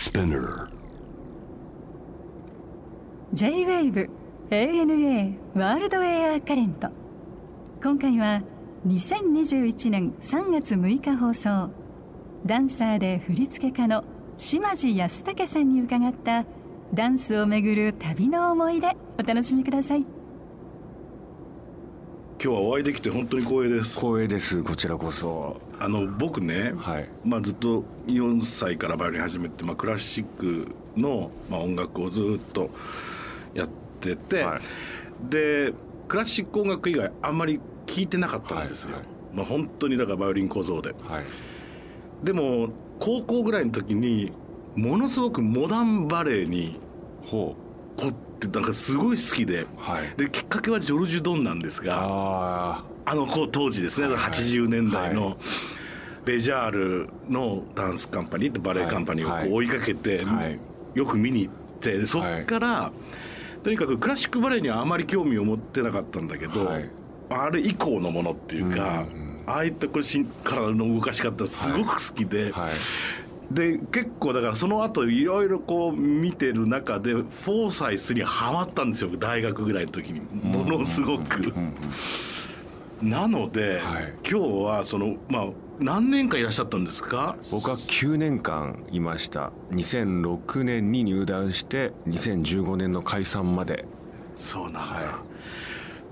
Spinner J-Wave ANA ワールドエアカレント。今回は2021年3月6日放送、ダンサーで振付家の島地康武さんに伺ったダンスをめぐる旅の思い出、お楽しみください。 今日はお会いできて本当に光栄です。 光栄です。こちらこそ。 僕ね、 はい、 ずっと4歳からバイオリン始めて、クラシックの、音楽をずっとやってて、はい、でクラシック音楽以外あんまり聴いてなかったんですよ、はいはい、本当にだからバイオリン小僧で、はい、でも高校ぐらいの時にものすごくモダンバレエに凝ってなんかすごい好きで、はい、できっかけはジョルジュ・ドンなんですが、当時ですね、はい、80年代のベジャールのダンスカンパニーとバレエカンパニーをこう追いかけて、はい、よく見に行って、そっから、はい、とにかくクラシックバレエにはあまり興味を持ってなかったんだけど、はい、あれ以降のものっていうか、ああいった体の動かし方すごく好きで、はいはい、で結構だからその後いろいろこう見てる中でフォーサイスにハマったんですよ、大学ぐらいの時にものすごく、なので、はい、今日は何年間いらっしゃったんですか？ 僕は9年間いました。2006年に入団して2015年の解散まで。 そうなんだ、はい、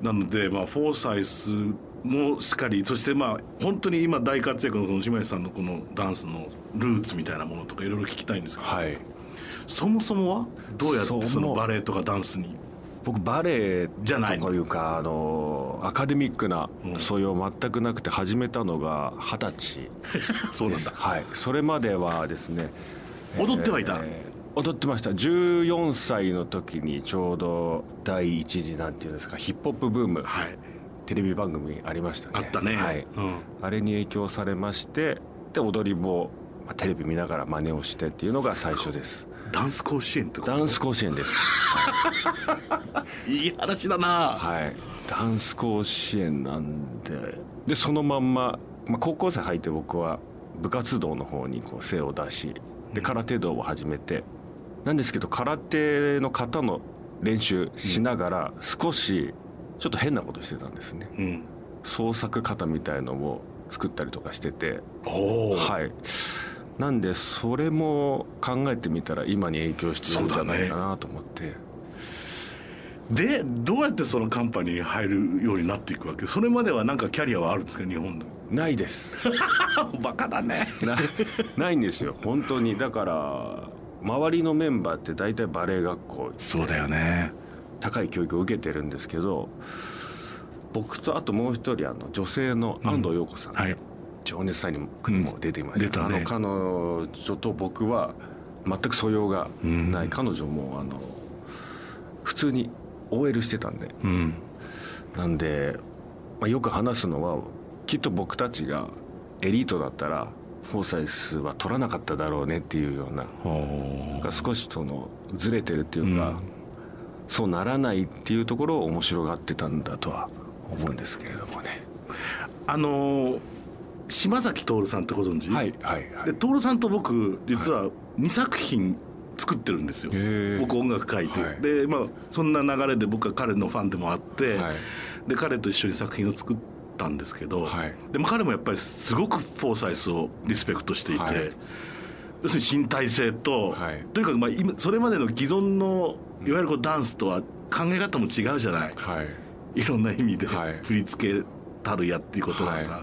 なので、フォーサイスもしっかり、そして本当に今大活躍のこの島地さんのこのダンスのルーツみたいなものとかいろいろ聞きたいんですけど、はい、そもそもはどうやってそのバレエとかダンスに？ 僕バレエというかアカデミックな素養全くなくて始めたのが20歳そうなんだ、 はい、それまではですね踊ってはいた、 踊ってました。14歳の時にちょうど第一次なんていうんですか、ヒップホップブーム、はい、テレビ番組ありましたね。 あったね、 はい、あれに影響されまして、で踊りもテレビ見ながら真似をしてっていうのが最初です。 ダンス甲子園ってこと？ ダンス甲子園です、 はい、いい話だな。 はい、ダンス甲子園なんで、そのまんま、高校生入って僕は部活動の方にこう精を出し、で空手道を始めて、なんですけど空手の型の練習しながら少しちょっと変なことしてたんですね、創作型みたいのを作ったりとかしてて、はい、なんでそれも考えてみたら今に影響してるんじゃないかなと思って、 でどうやってそのカンパニーに入るようになっていくわけ？それまではなんかキャリアはあるんですか、日本で？ ないですバカだねないんですよ本当に。だから周りのメンバーって大体バレエ学校、 そうだよね、 高い教育を受けてるんですけど、僕とあともう一人女性の安藤陽子さん、はい、情熱祭にも出ていました、ね、彼女と僕は全く素養がない、彼女も普通に OL してたんで、なんで、よく話すのは、きっと僕たちがエリートだったらフォーサイスは取らなかっただろうねっていうような、少しずれてるっていうか、そうならないっていうところを面白がってたんだとは思うんですけれどもね。 島崎徹さんってご存知？ はいはいはい。で徹さんと僕実は2作品作ってるんですよ、僕音楽書いて、はい、でそんな流れで僕は彼のファンでもあって、はい、で彼と一緒に作品を作ったんですけど、はい、でも彼もやっぱりすごくフォーサイスをリスペクトしていて、はい、要するに身体性と、はい、とにかく今それまでの既存のいわゆるダンスとは考え方も違うじゃない、はい、いろんな意味で、はい、振り付けたるやっていうことがさ、はい、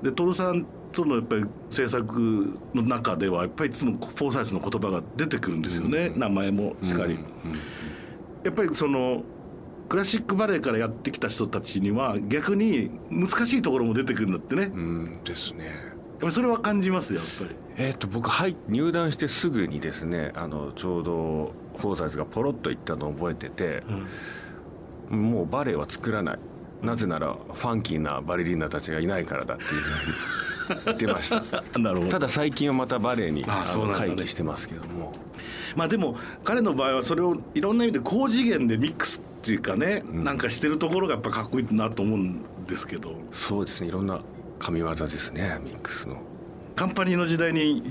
で徹さんとのやっぱり制作の中ではやっぱりいつもフォーサイスの言葉が出てくるんですよね、名前もしかり、やっぱりクラシックバレエからやってきた人たちには逆に難しいところも出てくるんだってね。 ですね。 やっぱりそれは感じますよ、やっぱり。 僕入団してすぐにですね、ちょうどフォーサイスがポロッと言ったのを覚えてて、もうバレエは作らない、なぜならファンキーなバレリーナたちがいないからだっていうふうに言ってましたなるほど。ただ最近はまたバレエに回帰してますけども、 でも彼の場合はそれをいろんな意味で高次元でミックスっていうかね、なんかしてるところがやっぱかっこいいなと思うんですけど。 そうですね、いろんな神業ですね、ミックスの。 カンパニーの時代に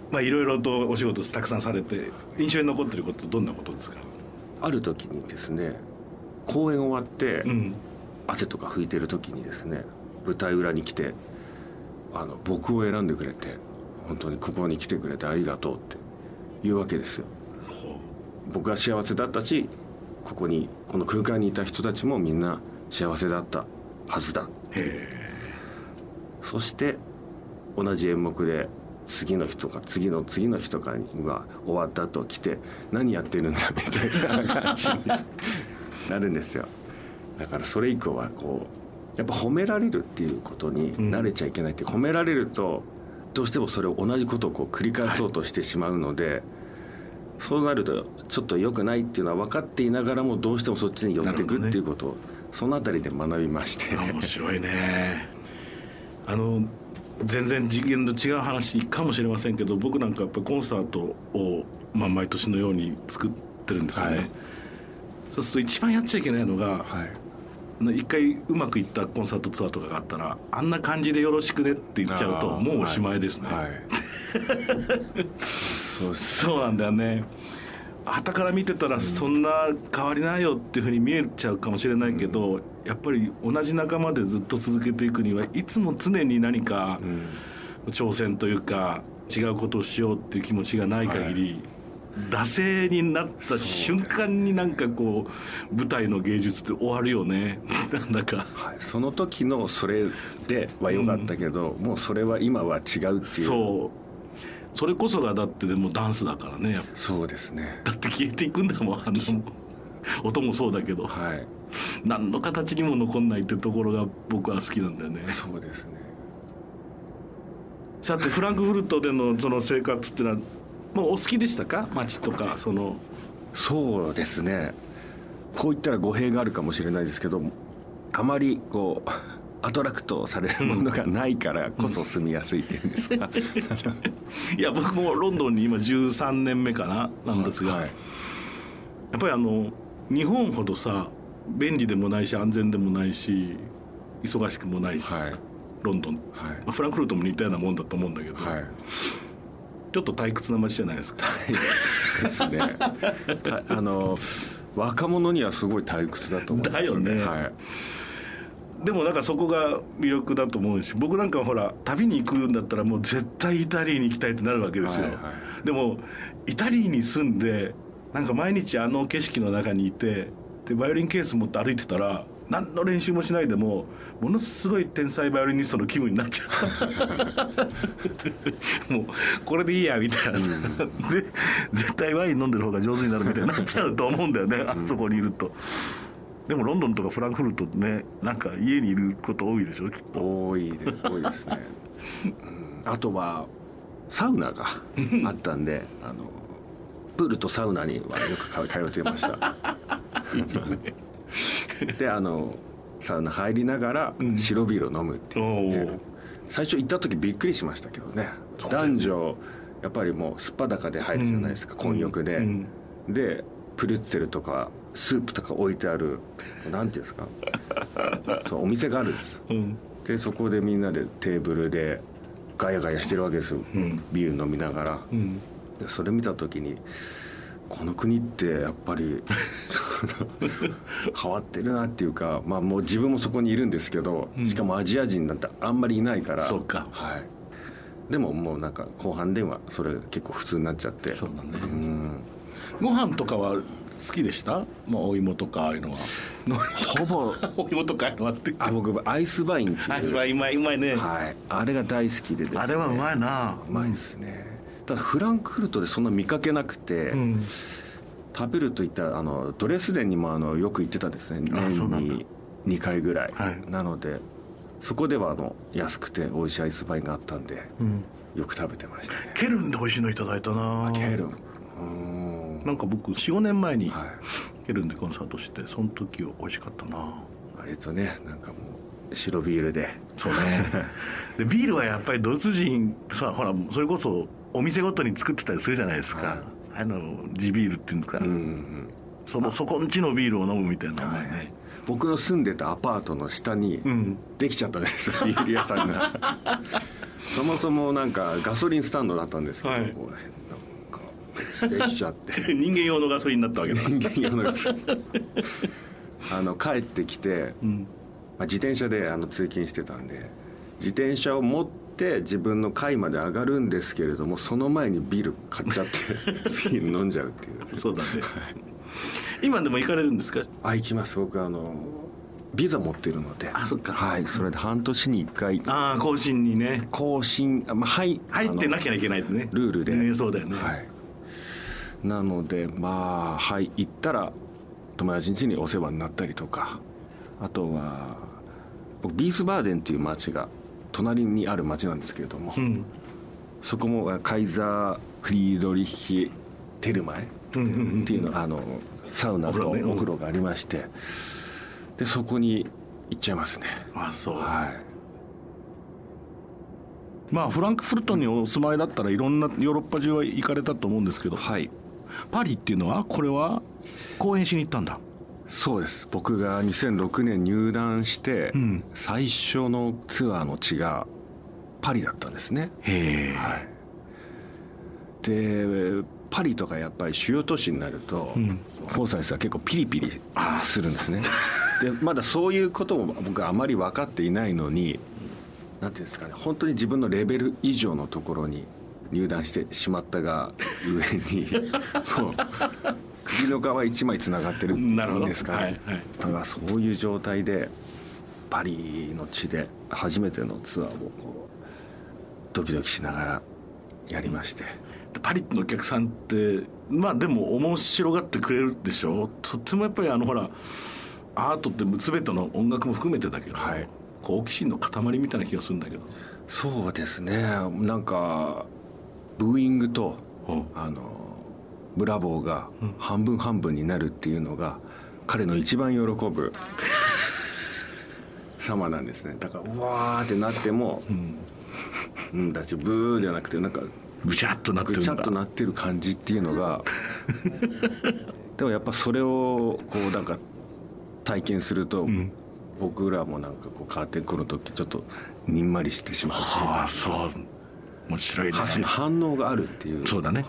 いろいろとお仕事たくさんされて印象に残ってることどんなことですか？ ある時にですね、公演終わって、汗とか拭いてる時にですね、舞台裏に来て僕を選んでくれて、本当にここに来てくれてありがとうって言うわけですよ。僕は幸せだったし、この空間にいた人たちもみんな幸せだったはずだ。そして同じ演目で次の日とか次の次の日とかには終わった後来て、何やってるんだみたいな感じになるんですよ。だからそれ以降はやっぱ褒められるっていうことに慣れちゃいけないって、褒められるとどうしてもそれを同じことを繰り返そうとしてしまうので、そうなるとちょっと良くないっていうのは分かっていながらもどうしてもそっちに寄っていくっていうことを、そのあたりで学びまして。 面白いね。全然次元の違う話かもしれませんけど、僕なんかやっぱコンサートを、毎年のように作ってるんですよね。そうすると一番やっちゃいけないのが、一回うまくいったコンサートツアーとかがあったら、あんな感じでよろしくねって言っちゃうともうおしまいですね。そうなんだよね。傍から見てたらそんな変わりないよっていうふうに見えちゃうかもしれないけど、やっぱり同じ仲間でずっと続けていくにはいつも常に何か挑戦というか違うことをしようっていう気持ちがない限り、惰性になった瞬間になんか舞台の芸術って終わるよね。なんだか、 その時のそれでは良かったけど、もうそれは今は違うっていう。 それこそがだってでもダンスだからね。やっぱそうですね。 だって消えていくんだもん、音もそうだけど、何の形にも残んないってところが僕は好きなんだよね。 そうですね。 さてフランクフルトでのその生活ってのはもうお好きでしたか？街とかそうですね。こう言ったら語弊があるかもしれないですけど、あまりアトラクトされるものがないからこそ住みやすいっていうんですか。 いや僕もロンドンに今13年目かなんですが、やっぱり日本ほどさ便利でもないし安全でもないし忙しくもないし、ロンドン、フランクフルトも似たようなもんだと思うんだけど、ちょっと退屈な街じゃないですか。 退屈ですね。若者にはすごい退屈だと思うんですよね。 だよね。でもなんかそこが魅力だと思うし、僕なんかほら旅に行くんだったらもう絶対イタリアに行きたいってなるわけですよ。でもイタリアに住んでなんか毎日あの景色の中にいて、でバイオリンケース持って歩いてたら何の練習もしないでもものすごい天才バイオリニストの気分になっちゃう。もうこれでいいやみたいなさ、で絶対ワイン飲んでる方が上手になるみたいになっちゃうと思うんだよね、あそこにいると。でもロンドンとかフランクフルトってね、なんか家にいること多いでしょ、きっと。 多いですね。あとはサウナがあったんでプールとサウナにはよく通ってました。いいね。でサウナ入りながら白ビールを飲むっていう、最初行った時びっくりしましたけどね。男女やっぱりもうすっぱだかで入るじゃないですか、混浴で、でプルッツェルとかスープとか置いてあるなんていうんですかそうお店があるんです、でそこでみんなでテーブルでガヤガヤしてるわけですよ、ビール飲みながら、でそれ見た時にこの国ってやっぱり変わってるなっていうか、もう自分もそこにいるんですけど、しかもアジア人なんてあんまりいないから。 そうか、 でももうなんか後半ではそれ結構普通になっちゃって。 そうだね。ご飯とかは好きでした？お芋とかああいうのはほぼお芋とかああいうのはって僕アイスバインっていうアイスバインうまいね、 あれが大好きでですね。 あれはうまいな。 うまいですね。ただフランクフルトでそんな見かけなくて、食べるといったらドレスデンにもよく行ってたですね、年に2回ぐらい、なのでそこでは安くて美味しいアイスバインがあったんで、よく食べてましたね。 ケルンで美味しいのいただいたな。 ケルン、 なんか僕 4,5 年前にケルンでコンサートして、その時は美味しかったな。 割とね、なんかもう白ビールで。 そうね。でビールはやっぱりドイツ人さ、ほらそれこそお店ごとに作ってたりするじゃないですか、地ビールっていうんですか、そこんちのビールを飲むみたいなのがね、 僕の住んでたアパートの下にできちゃったんですよ、ビール屋さんがそもそもなんかガソリンスタンドだったんですけど、はい、こうなんかできちゃって人間用のガソリンになったわけだ。 人間用のガソリン帰ってきて、自転車で通勤してたんで、自転車を持って自分の階まで上がるんですけれども、その前にビール買っちゃってビール飲んじゃうっていう。 そうだね今でも行かれるんですか？ 行きます。僕ビザ持ってるので。 あ、そっか。 はい、それで半年に1回更新にね。 更新、入ってなきゃいけないってね、 ルールで、 そうだよね。 はい、なので行ったら友達ん家にお世話になったりとか、あとはビースバーデンっていう町が隣にある町なんですけれども、そこもカイザー・フリードリッヒ・テルマエっていうのサウナとお風呂がありまして、でそこに行っちゃいますね。 あ、そう。 はい。 フランクフルトにお住まいだったらいろんなヨーロッパ中は行かれたと思うんですけど、 はい、 パリっていうのはこれは講演しに行ったんだ。 そうです。僕が2006年入団して、最初のツアーの地がパリだったんですね。 へえ。 はい。でパリとかやっぱり主要都市になると、フォーサイスは結構ピリピリするんですねでまだそういうことも僕はあまり分かっていないのに、なんていうんですかね、本当に自分のレベル以上のところに入団してしまったがゆえにそう首の皮一枚つながってるっていうんですかね、だからそういう状態でパリの地で初めてのツアーをこうドキドキしながらやりまして、 パリのお客さんってでも面白がってくれるでしょ。とってもやっぱりほらアートって全ての音楽も含めてだけど、はい、好奇心の塊みたいな気がするんだけど。 そうですね、なんかブーイングとブラボーが半分半分になるっていうのが彼の一番喜ぶ様なんですね。だからうわーってなっても、だしブーじゃなくてなんかぐちゃっとなってるんだ。 ぐちゃっとなってる感じっていうのがでもやっぱそれをこうなんか体験すると、僕らもなんかこうカーテンコの時ちょっとにんまりしてしまうっていう。 ああ、そう面白いね。 反応があるっていう。 そうだね。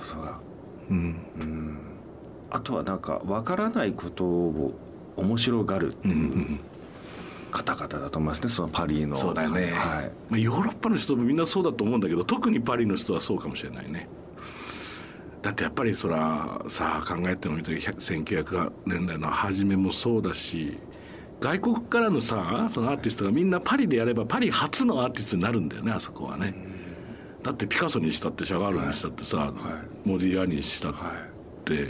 あとはなんか分からないことを面白がるっていう方々だと思いますね、そのパリの。 そうだよね、はい。ヨーロッパの人もみんなそうだと思うんだけど、特にパリの人はそうかもしれないね。だってやっぱりそらさあ考えてみると1900年代の初めもそうだし、外国からのさそのアーティストがみんなパリでやればパリ初のアーティストになるんだよね、あそこはね。だってピカソにしたってシャガールにしたってさ、モディアニにしたって、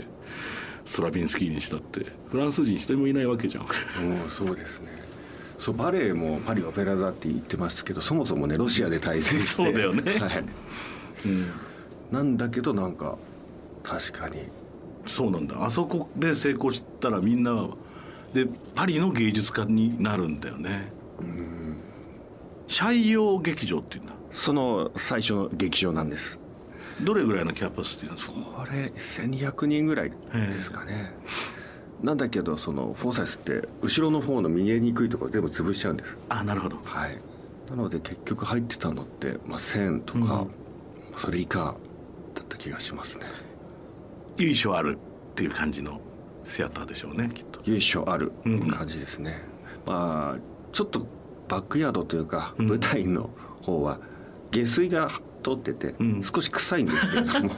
ストラビンスキーにしたってフランス人一人もいないわけじゃん。 そうですね。そう、バレエもパリオペラ座って言ってますけど、そもそもねロシアで対戦してそうだよね、 はい、なんだけどなんか確かにそうなんだ。あそこで成功したらみんなでパリの芸術家になるんだよね。シャイヨー劇場っていうんだ。 その最初の劇場なんです。 どれぐらいのキャパシティなんですか？ これ1200人ぐらいですかね。なんだけどそのフォーサイスって後ろの方の見えにくいところ全部潰しちゃうんです。 あ、なるほど。 はい。なので結局入ってたのって、1000とか、それ以下だった気がしますね。 由緒あるっていう感じのシアターでしょうね、きっと。 由緒ある感じですね。ちょっとバックヤードというか、舞台の方は下水が通ってて、少し臭いんですけれども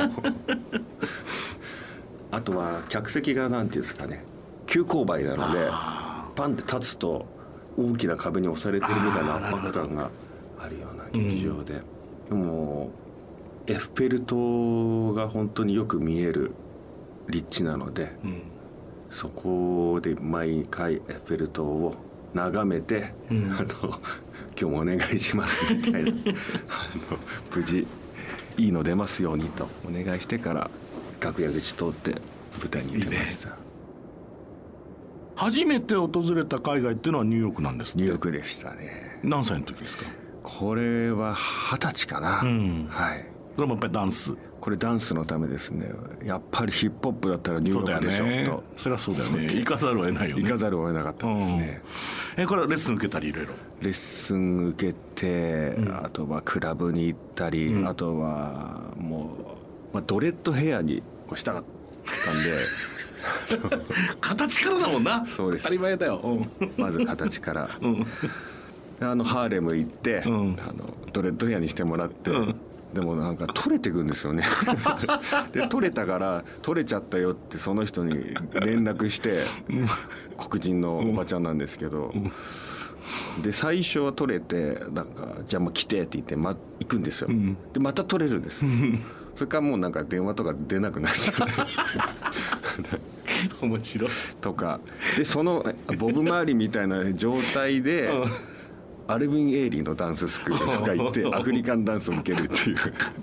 あとは客席がなんていうんですかね、急勾配なのでパンって立つと大きな壁に押されてるみたいな圧迫感があるような劇場で、でもエッフェル塔が本当によく見える立地なので、そこで毎回エッフェル塔を眺めて、今日もお願いしますみたいな無事いいの出ますようにとお願いしてから楽屋口通って舞台に出ました。いいね。 初めて訪れた海外っていうのはニューヨークなんですって。 ニューヨークでしたね。 何歳の時ですか？ これは20歳かな。はい。 それもやっぱりダンス。 これダンスのためですね。やっぱりヒップホップだったらニューヨークでしょと。 そりゃそうだよね。行かざるを得ないよね。 行かざるを得なかったですね。 これはレッスン受けたりいろいろ。 レッスン受けて、あとはクラブに行ったり、あとはもう、ドレッドヘアにこうしたかったんで形からだもんな。 そうです。 当たり前だよ。 まず形から、ハーレム行って、ドレッドヘアにしてもらって、でもなんか取れてくんですよねで取れたから取れちゃったよってその人に連絡して黒人のおばちゃんなんですけど、で最初は取れてなんかじゃあもう来てって言って、行くんですよ。でまた取れるんですそれからもうなんか電話とか出なくなっちゃう面白いとかで、そのボブ周りみたいな状態でアルビン・エイリーのダンススクールとか行ってアフリカンダンスを受けるっていう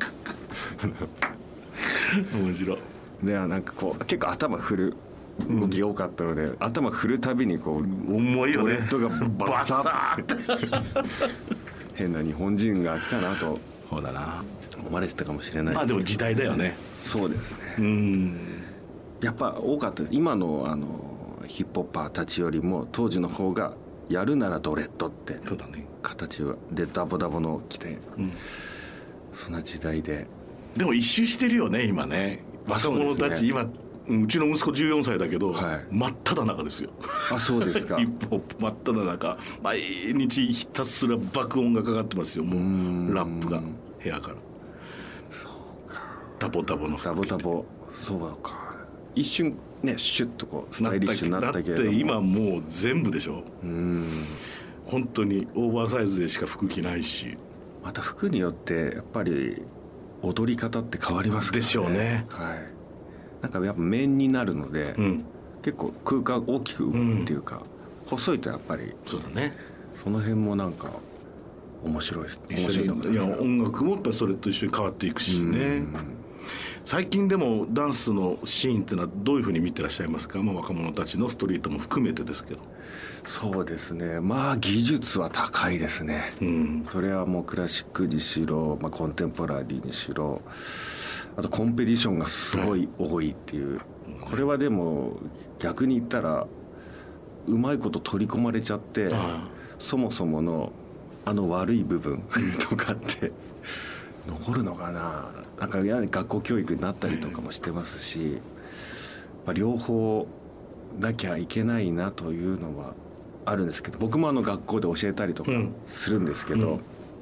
面白い。 でなんかこう結構頭振る動きが多かったので、頭振るたびにこう重いよね、 ドレッドがバサーって変な日本人が来たなとそうだな思われてたかもしれないです。 でも時代だよね。 そうですね。やっぱ多かったです。今のヒップホッパーたちよりも当時の方がやるならドレッドって形はでダボダボの着て、そんな時代で。 でも一周してるよね今ね。若者たち、今うちの息子14歳だけど、真っ只中ですよ。 あ、そうですか。 ヒップホップ真っ只中、毎日ひたすら爆音がかかってますよ。もうラップが部屋から。 そうか。 ダボダボのダボダボ。そうか。一瞬ねシュッとこうスタイリッシュになったけれども、 だって今もう全部でしょ。本当にオーバーサイズでしか服着ないし、 また服によってやっぱり踊り方って変わりますからね。 でしょうね。 なんかやっぱ面になるので、結構空間大きく動くっていうか、細いとやっぱりそうだね。 その辺もなんか面白いです。面白い。 いや音楽もやっぱりそれと一緒に変わっていくしね。最近でもダンスのシーンってのはどういうふうに見てらっしゃいますか？若者たちのストリートも含めてですけど。 そうですね。技術は高いですね。それはもうクラシックにしろ、コンテンポラリーにしろ、あとコンペティションがすごい多いっていう、これはでも逆に言ったらうまいこと取り込まれちゃって、そもそもの悪い部分とかって残るのかな。なんか学校教育になったりとかもしてますし、両方なきゃいけないなというのはあるんですけど、僕も学校で教えたりとかするんですけど、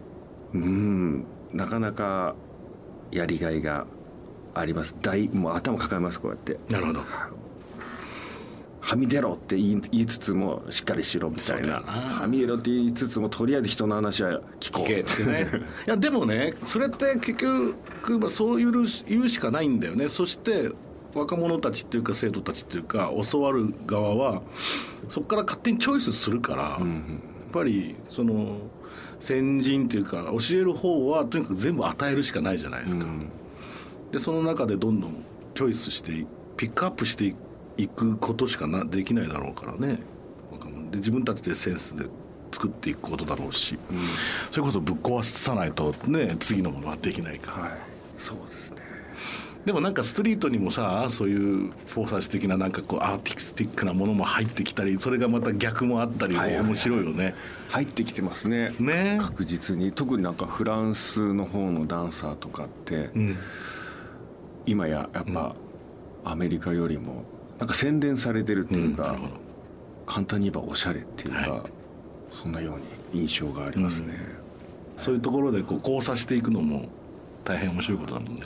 なかなかやりがいがあります。もう頭抱えます、こうやって。 なるほど。 はみ出ろって言いつつもしっかりしろみたいな。はみ出ろって言いつつもとりあえず人の話は聞こうってね。いやでもね、それって結局そう言うしかないんだよね。そして若者たちっていうか生徒たちっていうか教わる側はそこから勝手にチョイスするから、やっぱりその先人っていうか教える方はとにかく全部与えるしかないじゃないですか。でその中でどんどんチョイスしてピックアップしていくことしかできないだろうからね。で自分たちでセンスで作っていくことだろうし、それこそぶっ壊さないとね次のものはできないから。 そうですね。 でもなんかストリートにもさ、そういうフォーサス的ななんかこうアーティスティックなものも入ってきたり、それがまた逆もあったり、面白いよね。 入ってきてますね。確実に。特になんかフランスの方のダンサーとかって、今やっぱアメリカよりもなんか宣伝されてるっていうか、簡単に言えばおしゃれっていうか、そんなように印象がありますね。 そういうところでこう交差していくのも大変面白いことだもんね。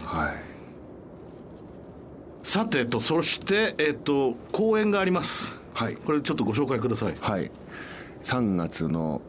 さてそして公演があります。これちょっとご紹介ください。 3月の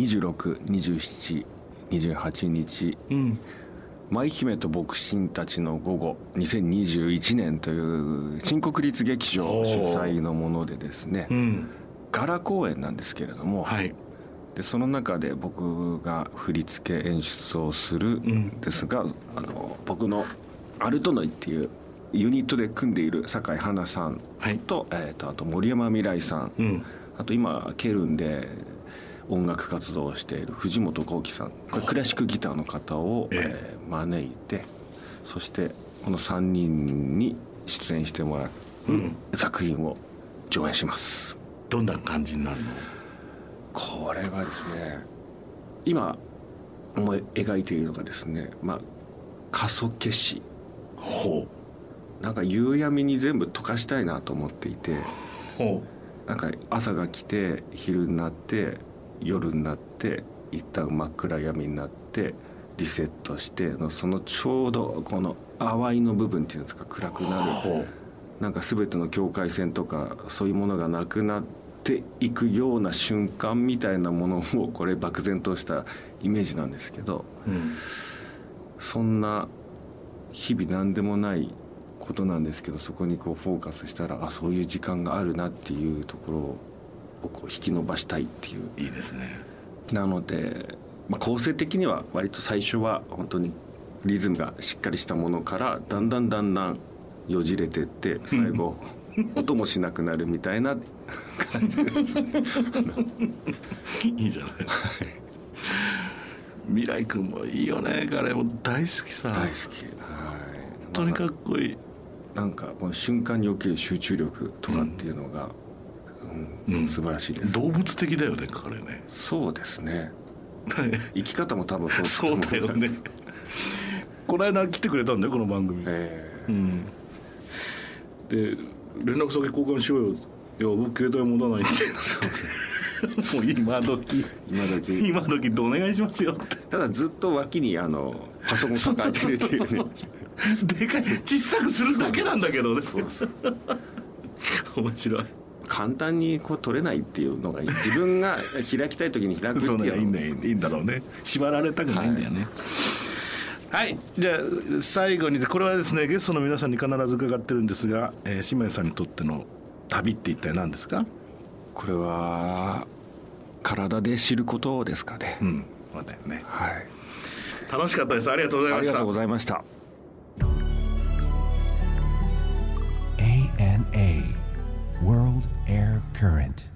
26、27、28日、舞姫と牧神たちの午後2021年という新国立劇場主催のものでですね、ガラ公演なんですけれども、でその中で僕が振り付け演出をするんですが、僕のアルトノイっていうユニットで組んでいる酒井花さんと、あと森山未來さん、あと今ケルンで音楽活動をしている藤本幸輝さん、これクラシックギターの方を、招いて、そしてこの3人に出演してもらう作品を上演します。 どんな感じになるの？ これはですね、今思い描いているのがですね、過疎消し、なんか夕闇に全部溶かしたいなと思っていて、なんか朝が来て昼になって夜になって一旦真っ暗闇になってリセットしてそのちょうどこの淡いの部分っていうんですか、暗くなる、なんか全ての境界線とかそういうものがなくなっていくような瞬間みたいなものを、これ漠然としたイメージなんですけど、そんな日々何でもないことなんですけど、そこにこうフォーカスしたら、そういう時間があるなっていうところをこう引き伸ばしたいっていう。 いいですね。 なので、構成的には割と最初は本当にリズムがしっかりしたものからだんだんよじれてって最後音もしなくなるみたいな感じですいいじゃない未来君もいいよね。彼も大好きさ。 大好き。 本当にかっこいい。 なんかこの瞬間における集中力とかっていうのが、素晴らしいです。 動物的だよね彼ね。 そうですね生き方も多分そうだよねこの間来てくれたんだよこの番組、で連絡先交換しようよ。いや僕携帯持たないってもう今時とお願いしますよって。 ただずっと脇にパソコン抱えてるっていうねでかい小さくするだけなんだけどね面白い。 簡単にこう取れないっていうのがいい。自分が開きたい時に開くっていうのがいいんだろうね。縛られたくないんだよね。はい、じゃあ最後にこれはですねゲストの皆さんに必ず伺ってるんですが、志麻さんにとっての旅って一体何ですか？ これは体で知ることですかね。 そうだよね。 はい。 楽しかったです。ありがとうございました。 ありがとうございました。 ANA World Air Current